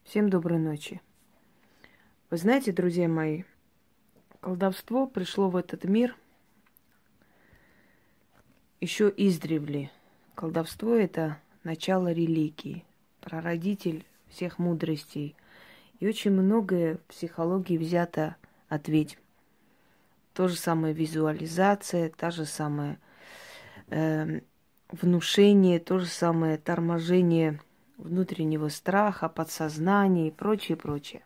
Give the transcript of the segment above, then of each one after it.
Всем доброй ночи. Вы знаете, друзья мои, колдовство пришло в этот мир еще издревле. Колдовство – это начало религии, прародитель всех мудростей. И очень многое в психологии взято от ведьм. То же самое визуализация, та же самое внушение, то же самое торможение внутреннего страха, подсознания и прочее, прочее.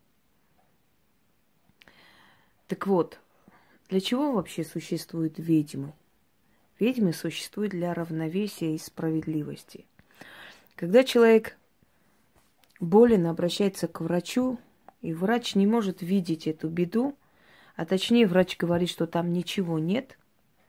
Так вот, для чего вообще существуют ведьмы? Ведьмы существуют для равновесия и справедливости. Когда человек болен, обращается к врачу, и врач не может видеть эту беду, а точнее врач говорит, что там ничего нет,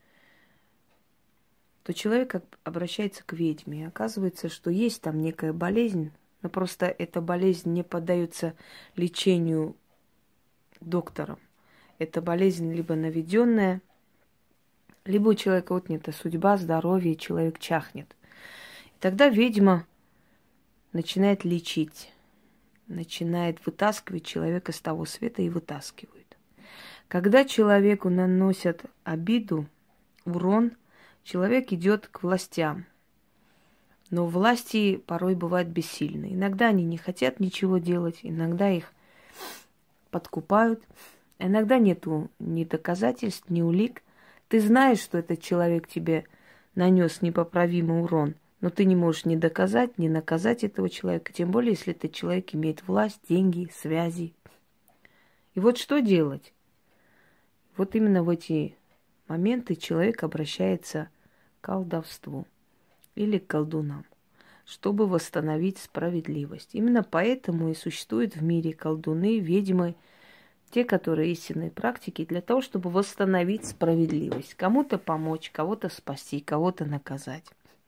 то человек обращается к ведьме. И оказывается, что есть там некая болезнь, но просто эта болезнь не поддается лечению доктором. Это болезнь либо наведенная, либо у человека отнята судьба, здоровье, и человек чахнет. И тогда ведьма начинает лечить, начинает вытаскивать человека с того света и вытаскивает. Когда человеку наносят обиду, урон, человек идет к властям. Но власти порой бывают бессильны. Иногда они не хотят ничего делать, иногда их подкупают, иногда нету ни доказательств, ни улик. Ты знаешь, что этот человек тебе нанес непоправимый урон, но ты не можешь ни доказать, ни наказать этого человека, тем более, если этот человек имеет власть, деньги, связи. И вот что делать? Вот именно в эти моменты человек обращается к колдовству или к колдунам, чтобы восстановить справедливость. Именно поэтому и существуют в мире колдуны, ведьмы, те, которые истинные практики, для того, чтобы восстановить справедливость. Кому-то помочь, кого-то спасти, кого-то наказать.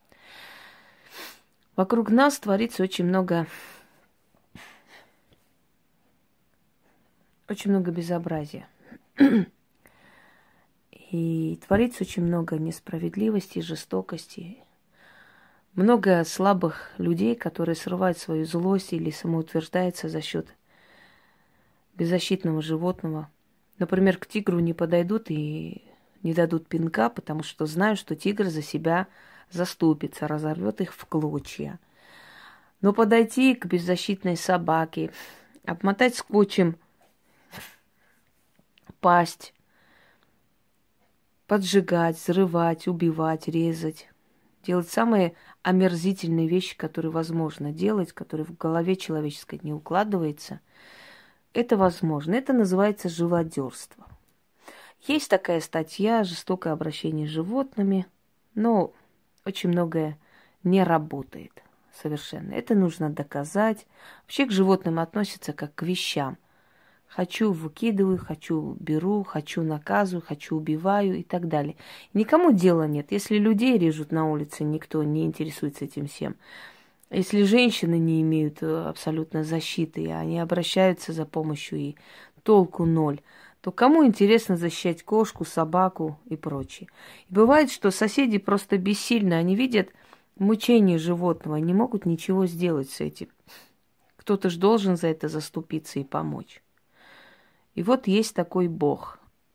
Вокруг нас творится очень много безобразия. И творится очень много несправедливости, жестокости. Много слабых людей, которые срывают свою злость или самоутверждаются за счет беззащитного животного. Например, к тигру не подойдут и не дадут пинка, потому что знают, что тигр за себя заступится, разорвет их в клочья. Но подойти к беззащитной собаке, обмотать скотчем пасть, поджигать, взрывать, убивать, резать, делать самые омерзительные вещи, которые возможно делать, которые в голове человеческой не укладывается, это возможно. Это называется живодерство. Есть такая статья «Жестокое обращение с животными», но очень многое не работает совершенно. Это нужно доказать. Вообще к животным относятся как к вещам. Хочу выкидываю, хочу беру, хочу наказываю, хочу убиваю и так далее. Никому дела нет. Если людей режут на улице, никто не интересуется этим всем. Если женщины не имеют абсолютно защиты, и они обращаются за помощью, и толку ноль, то кому интересно защищать кошку, собаку и прочее? И бывает, что соседи просто бессильны, они видят мучение животного, не могут ничего сделать с этим. Кто-то же должен за это заступиться и помочь. И вот есть такой бог,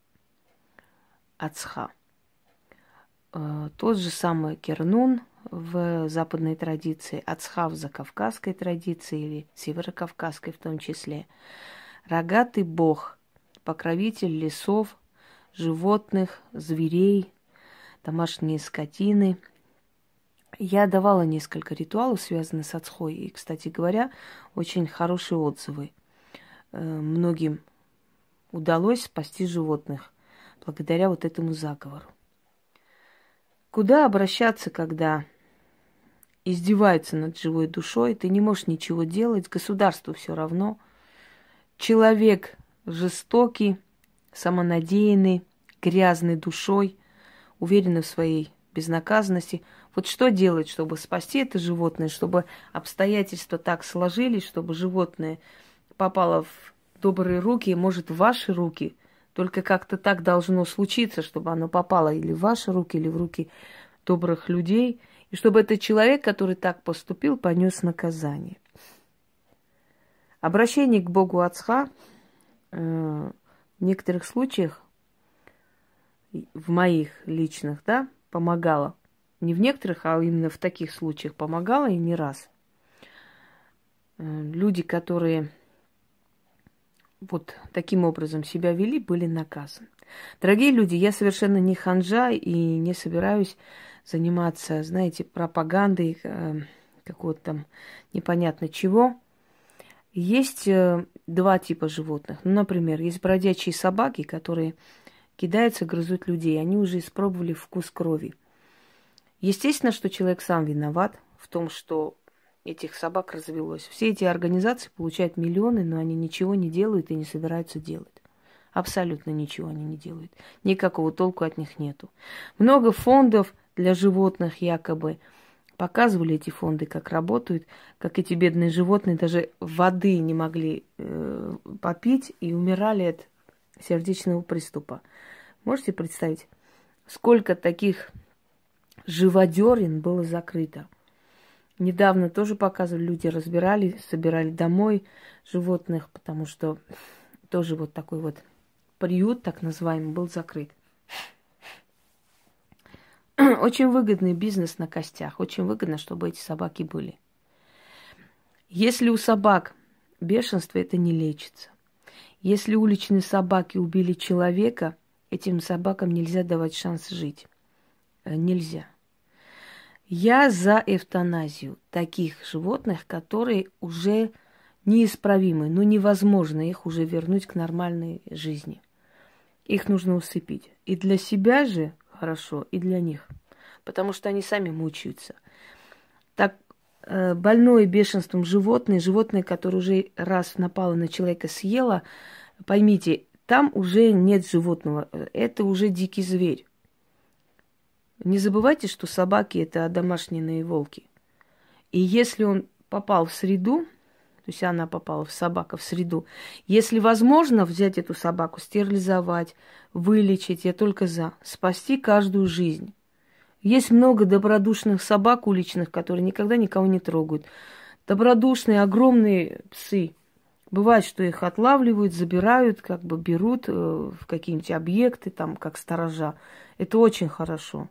Ацха. Тот же самый Кернун в западной традиции, Ацха в закавказской традиции или северокавказской в том числе. Рогатый бог, покровитель лесов, животных, зверей, домашние скотины. Я давала несколько ритуалов, связанных с Ацхой, и, кстати говоря, очень хорошие отзывы. Многим удалось спасти животных благодаря вот этому заговору. Куда обращаться, когда издеваются над живой душой, ты не можешь ничего делать, государству все равно. Человек жестокий, самонадеянный, грязный душой, уверенный в своей безнаказанности. Вот что делать, чтобы спасти это животное, чтобы обстоятельства так сложились, чтобы животное попало в добрые руки, может, в ваши руки. Только как-то так должно случиться, чтобы оно попало или в ваши руки, или в руки добрых людей, и чтобы этот человек, который так поступил, понес наказание. Обращение к Богу Ацха в некоторых случаях, в моих личных, да, помогало. Не в некоторых, а именно в таких случаях помогало и не раз. Люди, которые вот таким образом себя вели, были наказаны. Дорогие люди, я совершенно не ханжа и не собираюсь заниматься, знаете, пропагандой какого-то там непонятно чего. Есть два типа животных. Ну, например, есть бродячие собаки, которые кидаются, грызут людей. Они уже испробовали вкус крови. Естественно, что человек сам виноват в том, что этих собак развелось. Все эти организации получают миллионы, но они ничего не делают и не собираются делать. Абсолютно ничего они не делают. Никакого толку от них нету. Много фондов для животных якобы. Показывали эти фонды, как работают, как эти бедные животные даже воды не могли попить и умирали от сердечного приступа. Можете представить, сколько таких живодерен было закрыто? Недавно тоже показывали, люди разбирали, собирали домой животных, потому что тоже вот такой вот приют, так называемый, был закрыт. Очень выгодный бизнес на костях. Очень выгодно, чтобы эти собаки были. Если у собак бешенство, это не лечится. Если уличные собаки убили человека, этим собакам нельзя давать шанс жить. Нельзя. Я за эвтаназию таких животных, которые уже неисправимы, но невозможно их уже вернуть к нормальной жизни. Их нужно усыпить. И для себя же хорошо, и для них. Потому что они сами мучаются. Так, больное бешенством животное, которое уже раз напало на человека, съело, поймите, там уже нет животного. Это уже дикий зверь. Не забывайте, что собаки – это одомашненные волки. И если он попал в среду, то есть она попала, собака, в среду, если возможно взять эту собаку, стерилизовать, вылечить, я только за. Спасти каждую жизнь. Есть много добродушных собак уличных, которые никогда никого не трогают. Добродушные, огромные псы. Бывает, что их отлавливают, забирают, как бы берут в какие-нибудь объекты, там, как сторожа. Это очень хорошо.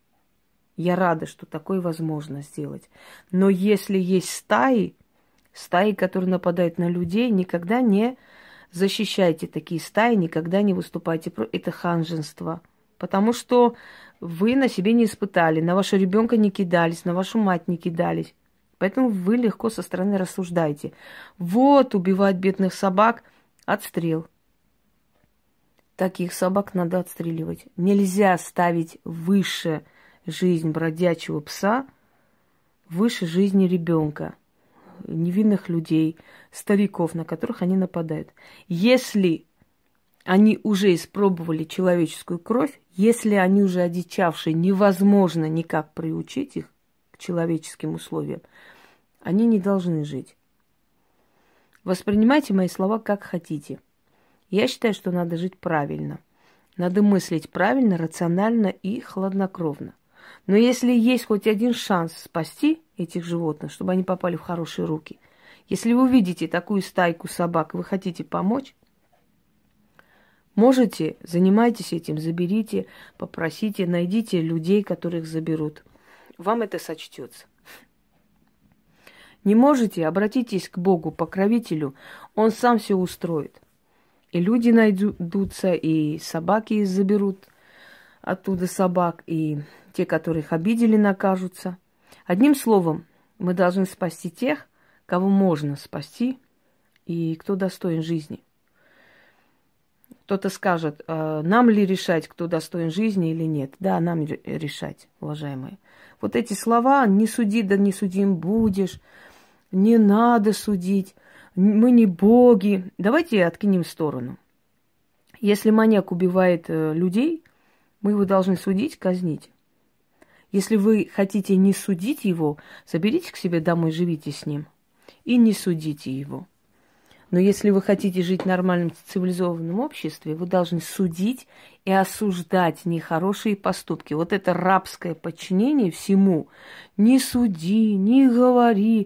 Я рада, что такое возможно сделать. Но если есть стаи, которые нападают на людей, никогда не защищайте такие стаи, никогда не выступайте против. Это ханжество. Потому что вы на себе не испытали, на вашего ребенка не кидались, на вашу мать не кидались. Поэтому вы легко со стороны рассуждаете. Вот, убивать бедных собак, отстрел. Таких собак надо отстреливать. Нельзя ставить выше жизнь бродячего пса, выше жизни ребенка, невинных людей, стариков, на которых они нападают. Если они уже испробовали человеческую кровь, если они уже одичавшие, невозможно никак приучить их к человеческим условиям, они не должны жить. Воспринимайте мои слова как хотите. Я считаю, что надо жить правильно. Надо мыслить правильно, рационально и хладнокровно. Но если есть хоть один шанс спасти этих животных, чтобы они попали в хорошие руки, если вы видите такую стайку собак, вы хотите помочь, можете, занимайтесь этим, заберите, попросите, найдите людей, которых заберут. Вам это сочтется. Не можете, обратитесь к Богу, покровителю, Он сам все устроит. И люди найдутся, и собаки заберут оттуда собак, и те, которых обидели, накажутся. Одним словом, мы должны спасти тех, кого можно спасти, и кто достоин жизни. Кто-то скажет, нам ли решать, кто достоин жизни или нет? Да, нам решать, уважаемые. Вот эти слова «не суди, да не судим будешь», «не надо судить», «мы не боги». Давайте откинем в сторону. Если маньяк убивает людей, мы его должны судить, казнить. Если вы хотите не судить его, заберите к себе домой, живите с ним. И не судите его. Но если вы хотите жить в нормальном цивилизованном обществе, вы должны судить и осуждать нехорошие поступки. Вот это рабское подчинение всему. Не суди, не говори.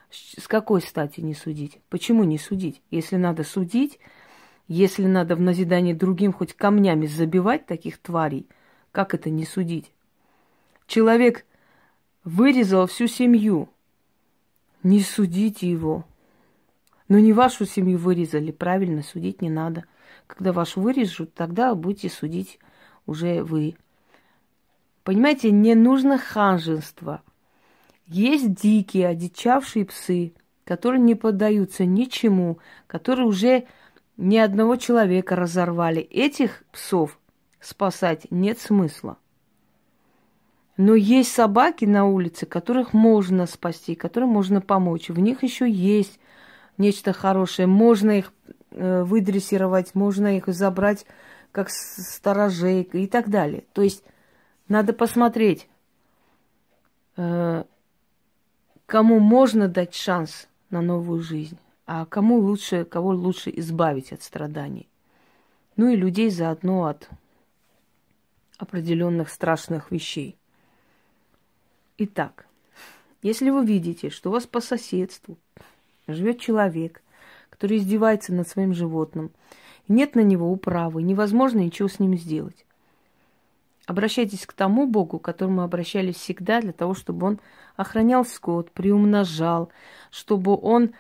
С какой стати не судить? Почему не судить? Если надо судить, если надо в назидание другим хоть камнями забивать таких тварей, как это не судить? Человек вырезал всю семью. Не судите его. Но не вашу семью вырезали, правильно, судить не надо. Когда вашу вырежут, тогда будете судить уже вы. Понимаете, не нужно ханжества. Есть дикие, одичавшие псы, которые не поддаются ничему, которые уже ни одного человека разорвали. Этих псов спасать нет смысла. Но есть собаки на улице, которых можно спасти, которым можно помочь. В них еще есть нечто хорошее. Можно их выдрессировать, можно их забрать как сторожей и так далее. То есть надо посмотреть, кому можно дать шанс на новую жизнь, а кого лучше избавить от страданий. Ну и людей заодно от определенных страшных вещей. Итак, если вы видите, что у вас по соседству живет человек, который издевается над своим животным, нет на него управы, невозможно ничего с ним сделать, обращайтесь к тому Богу, к которому обращались всегда, для того, чтобы он охранял скот, приумножал, чтобы он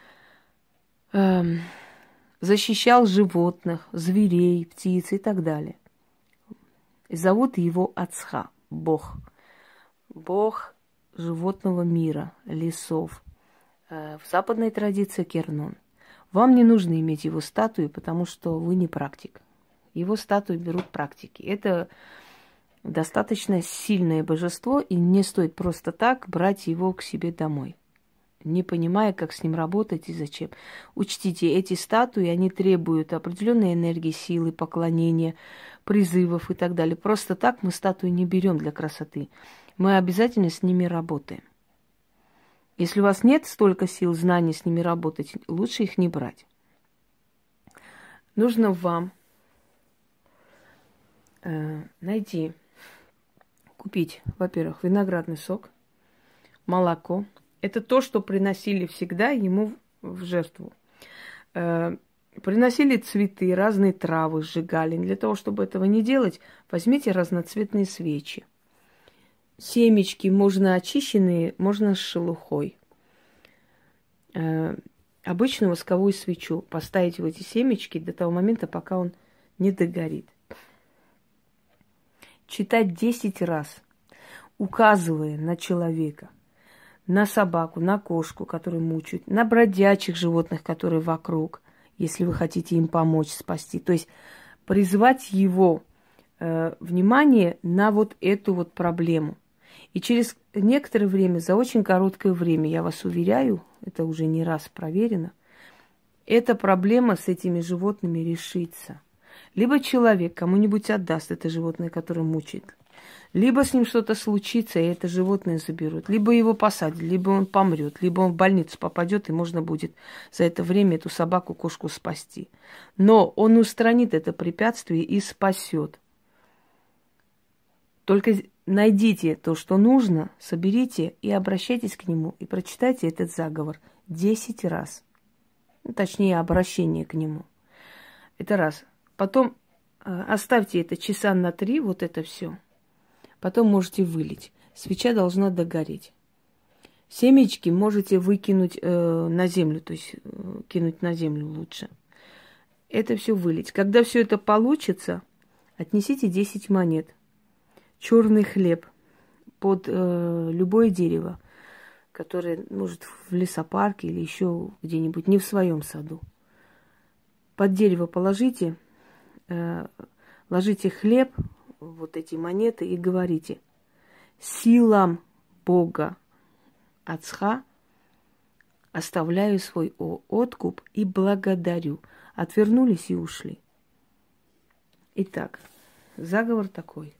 защищал животных, зверей, птиц и так далее. И зовут его Ацха, Бог. Бог животного мира, лесов. В западной традиции Кернон. Вам не нужно иметь его статую, потому что вы не практик. Его статую берут практики. Это достаточно сильное божество, и не стоит просто так брать его к себе домой, не понимая, как с ним работать и зачем. Учтите, эти статуи, они требуют определенной энергии, силы, поклонения, призывов и так далее. Просто так мы статуи не берем для красоты. Мы обязательно с ними работаем. Если у вас нет столько сил, знаний с ними работать, лучше их не брать. Нужно вам купить, во-первых, виноградный сок, молоко. Это то, что приносили всегда ему в жертву. Приносили цветы, разные травы, сжигали. Для того, чтобы этого не делать, возьмите разноцветные свечи. Семечки можно очищенные, можно с шелухой. Обычную восковую свечу поставить в эти семечки до того момента, пока он не догорит. Читать 10 раз, указывая на человека, на собаку, на кошку, которую мучают, на бродячих животных, которые вокруг, если вы хотите им помочь, спасти. То есть призвать его внимание на вот эту вот проблему. И через некоторое время, за очень короткое время, я вас уверяю, это уже не раз проверено, эта проблема с этими животными решится. Либо человек кому-нибудь отдаст это животное, которое мучает, либо с ним что-то случится, и это животное заберут, либо его посадят, либо он помрет, либо он в больницу попадет, и можно будет за это время эту собаку, кошку спасти. Но он устранит это препятствие и спасет. Только найдите то, что нужно, соберите и обращайтесь к нему, и прочитайте этот заговор 10 раз. Ну, точнее, обращение к нему. Это раз. Потом оставьте это часа на 3, вот это все. Потом можете вылить. Свеча должна догореть. Семечки можете выкинуть на землю, то есть кинуть на землю лучше. Это все вылить. Когда все это получится, отнесите 10 монет. Черный хлеб под любое дерево, которое, может, в лесопарке или еще где-нибудь, не в своем саду. Под дерево положите, ложите хлеб, вот эти монеты, и говорите: силам Бога Ацха оставляю свой откуп и благодарю. Отвернулись и ушли. Итак, заговор такой.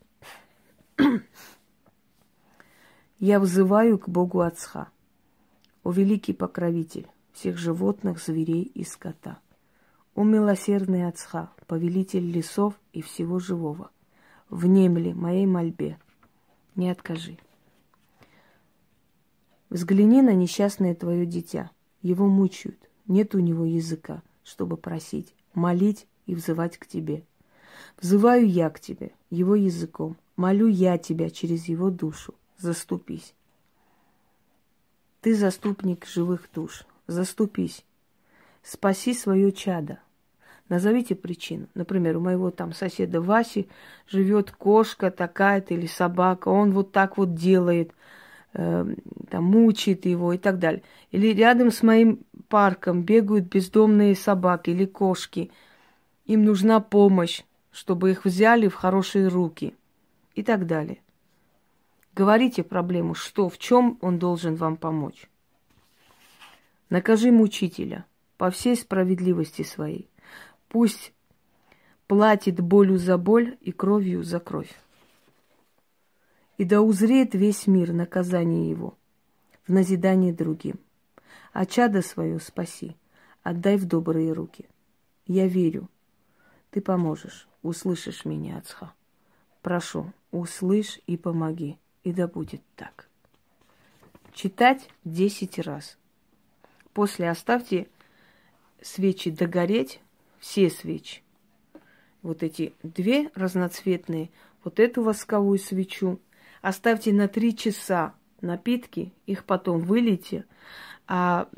Я взываю к Богу Ацха, о великий покровитель всех животных, зверей и скота, о милосердный Ацха, повелитель лесов и всего живого, внемли моей мольбе, не откажи. Взгляни на несчастное твое дитя, Его мучают. Нет у него языка, чтобы просить, молить и взывать к тебе. Взываю я к тебе его языком. Молю я тебя через его душу. Заступись. Ты заступник живых душ. Заступись. Спаси свое чадо. Назовите причину. Например, у моего там соседа Васи живет кошка такая-то или собака. Он вот так вот делает, там, мучает его и так далее. Или рядом с моим парком бегают бездомные собаки или кошки. Им нужна помощь, чтобы их взяли в хорошие руки и так далее. Говорите проблему, что, в чем он должен вам помочь. Накажи мучителя по всей справедливости своей. Пусть платит болью за боль и кровью за кровь. И да узреет весь мир наказание его в назидание другим. А чадо свое спаси, отдай в добрые руки. Я верю, ты поможешь, услышишь меня, Ацха. Прошу, услышь и помоги, и да будет так. Читать 10 раз. После оставьте свечи догореть, все свечи. Вот эти 2 разноцветные, вот эту восковую свечу. Оставьте на 3 часа напитки, их потом вылейте, а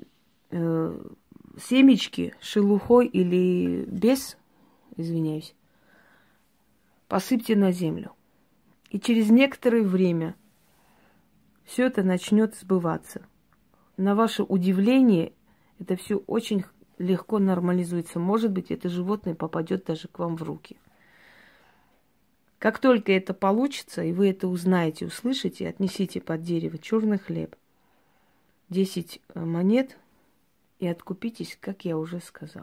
семечки шелухой или без, извиняюсь, посыпьте на землю. И через некоторое время все это начнет сбываться. На ваше удивление, это все очень легко нормализуется. Может быть, это животное попадет даже к вам в руки. Как только это получится, и вы это узнаете, услышите, отнесите под дерево черный хлеб, 10 монет и откупитесь, как я уже сказала.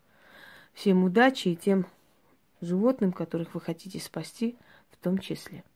Всем удачи и тем животным, которых вы хотите спасти, в том числе.